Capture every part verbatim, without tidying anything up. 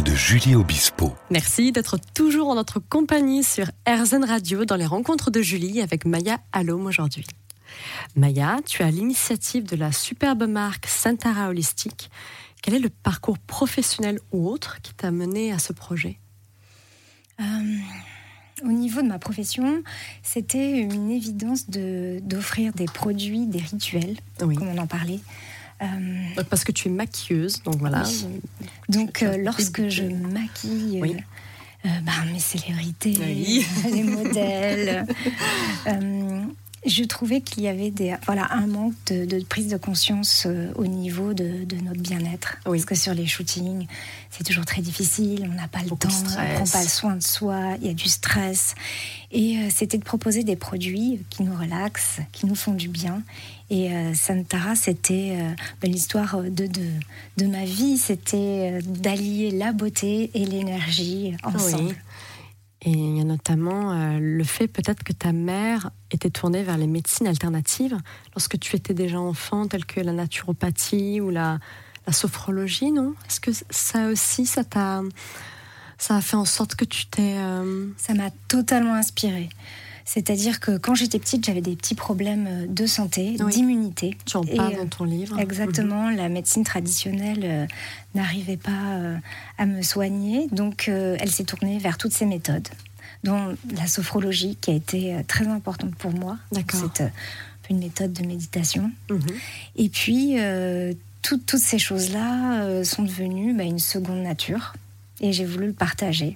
de Julie Obispo. Merci d'être toujours en notre compagnie sur R Z N Radio dans les rencontres de Julie avec Maya Allôme aujourd'hui. Maya, tu as l'initiative de la superbe marque Santara Holistique. Quel est le parcours professionnel ou autre qui t'a mené à ce projet ? euh, Au niveau de ma profession, c'était une évidence de, d'offrir des produits, des rituels, oui. Comme on en parlait. Euh, Parce que tu es maquilleuse, donc voilà. Oui. Donc euh, lorsque je maquille oui. euh, bah, mes célébrités, oui. les modèles, euh, je trouvais qu'il y avait des, voilà, un manque de, de prise de conscience euh, au niveau de, de notre bien-être. Oui. Parce que sur les shootings, c'est toujours très difficile, on n'a pas le Beaucoup temps, on ne prend pas le soin de soi, il y a du stress. Et euh, c'était de proposer des produits qui nous relaxent, qui nous font du bien. Et euh, Santara, c'était euh, ben, l'histoire de, de, de ma vie, c'était euh, d'allier la beauté et l'énergie ensemble. Oui. Et il y a notamment euh, le fait peut-être que ta mère était tournée vers les médecines alternatives lorsque tu étais déjà enfant, telles que la naturopathie ou la, la sophrologie, non ? Est-ce que ça aussi, ça t'a, ça a fait en sorte que tu t'es... Euh... Ça m'a totalement inspirée. C'est-à-dire que quand j'étais petite, j'avais des petits problèmes de santé, oui. d'immunité. Tu en parles dans ton livre. Exactement. Mmh. La médecine traditionnelle euh, n'arrivait pas euh, à me soigner. Donc, euh, elle s'est tournée vers toutes ces méthodes, dont la sophrologie, qui a été euh, très importante pour moi. D'accord. C'est euh, une méthode de méditation. Mmh. Et puis, euh, tout, toutes ces choses-là euh, sont devenues bah, une seconde nature. Et j'ai voulu le partager.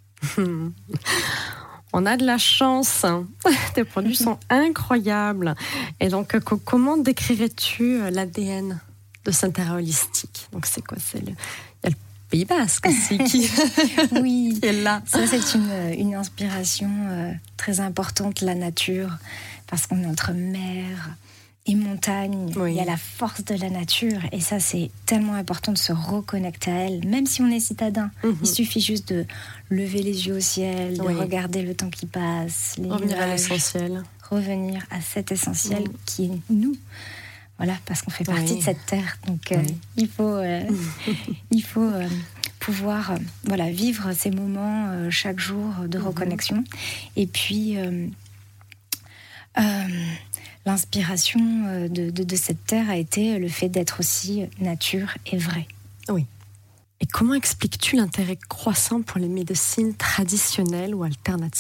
On a de la chance. Tes produits sont incroyables. Et donc, comment décrirais-tu l'A D N de Santara Holistique ? Donc, c'est quoi ? C'est le... Il y a le Pays Basque aussi qui... oui, qui est là. Ça, c'est une, une inspiration euh, très importante, la nature, parce qu'on est entre mer et montagne. Oui. Il y a la force de la nature. Et ça, c'est tellement important de se reconnecter à elle. Même si on est citadin, mm-hmm. il suffit juste de lever les yeux au ciel, de oui. regarder le temps qui passe, les revenir nuages, à l'essentiel. Revenir à cet essentiel mm. qui est nous. Voilà, parce qu'on fait partie oui. de cette terre. Donc, euh, oui. il faut, euh, il faut euh, pouvoir euh, voilà, vivre ces moments euh, chaque jour de mm-hmm. reconnexion. Et puis... Euh, euh, L'inspiration de, de, de cette terre a été le fait d'être aussi nature et vrai. Oui. Et comment expliques-tu l'intérêt croissant pour les médecines traditionnelles ou alternatives ?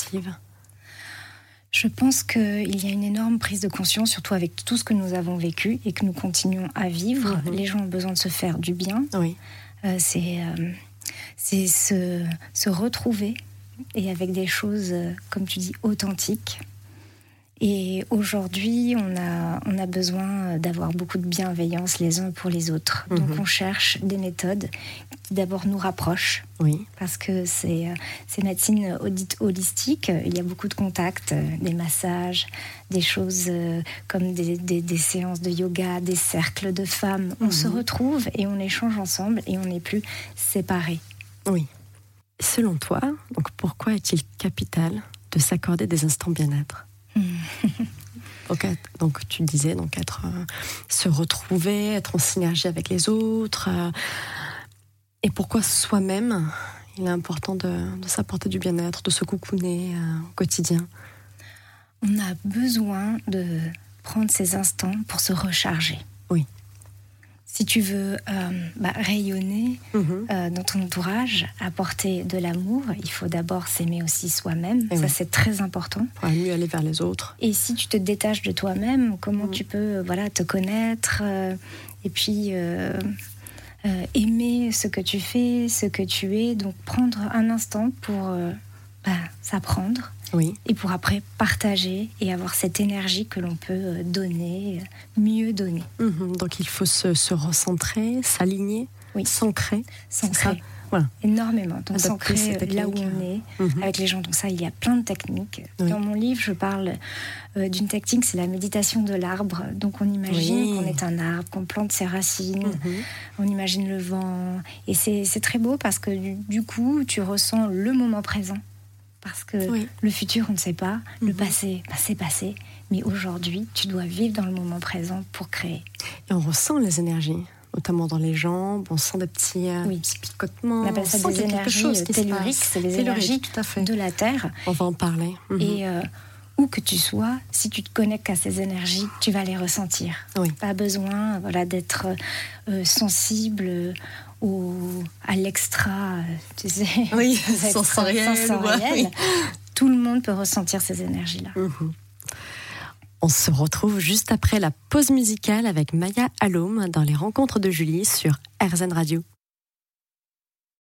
Je pense qu'il y a une énorme prise de conscience, surtout avec tout ce que nous avons vécu et que nous continuons à vivre. Mmh. Les gens ont besoin de se faire du bien. Oui. Euh, c'est euh, c'est se, se retrouver et avec des choses, comme tu dis, authentiques. Et aujourd'hui, on a, on a besoin d'avoir beaucoup de bienveillance les uns pour les autres. Mmh. Donc on cherche des méthodes qui d'abord nous rapprochent. Oui. Parce que c'est, c'est médecine holistique, il y a beaucoup de contacts, des massages, des choses comme des, des, des séances de yoga, des cercles de femmes. On mmh. se retrouve et on échange ensemble et on n'est plus séparés. Oui. Selon toi, donc pourquoi est-il capital de s'accorder des instants bien-être ? donc, donc tu disais donc être euh, se retrouver, être en synergie avec les autres euh, et pourquoi soi-même il est important de, de s'apporter du bien-être, de se coucouner euh, au quotidien. On a besoin de prendre ces instants pour se recharger. Oui. Si tu veux euh, bah, rayonner mmh. euh, dans ton entourage, apporter de l'amour, il faut d'abord s'aimer aussi soi-même. Et ça, oui. c'est très important. Pour mieux aller vers les autres. Et si tu te détaches de toi-même, comment mmh. tu peux voilà, te connaître euh, et puis euh, euh, aimer ce que tu fais, ce que tu es. Donc, prendre un instant pour euh, bah, s'apprendre. Oui. Et pour après partager et avoir cette énergie que l'on peut donner, mieux donner. Mmh, donc il faut se, se recentrer, s'aligner, oui. s'ancrer. S'ancrer. Voilà. Énormément. Donc s'ancrer là où on est, mmh. avec les gens. Donc ça, il y a plein de techniques. Oui. Dans mon livre, je parle euh, d'une technique, c'est la méditation de l'arbre. Donc on imagine oui. qu'on est un arbre, qu'on plante ses racines, mmh. on imagine le vent. Et c'est, c'est très beau parce que du, du coup, tu ressens le moment présent. Parce que oui. le futur, on ne sait pas. Mm-hmm. Le passé, bah, c'est passé. Mais aujourd'hui, tu dois vivre dans le moment présent pour créer. Et on ressent les énergies. notamment dans les jambes. On sent des petits, euh, oui. petits picotements. On appelle ça on des énergies telluriques, c'est les énergies de la Terre. On va en parler. Mm-hmm. Et euh, où que tu sois, si tu te connectes à ces énergies, tu vas les ressentir. Oui. Pas besoin voilà, d'être euh, sensible au, à l'extra, tu sais, oui, sensoriel. sensoriel. Ouais. Tout le monde peut ressentir ces énergies-là. Mm-hmm. On se retrouve juste après la pause musicale avec Maya Alom dans les rencontres de Julie sur R Z N Radio.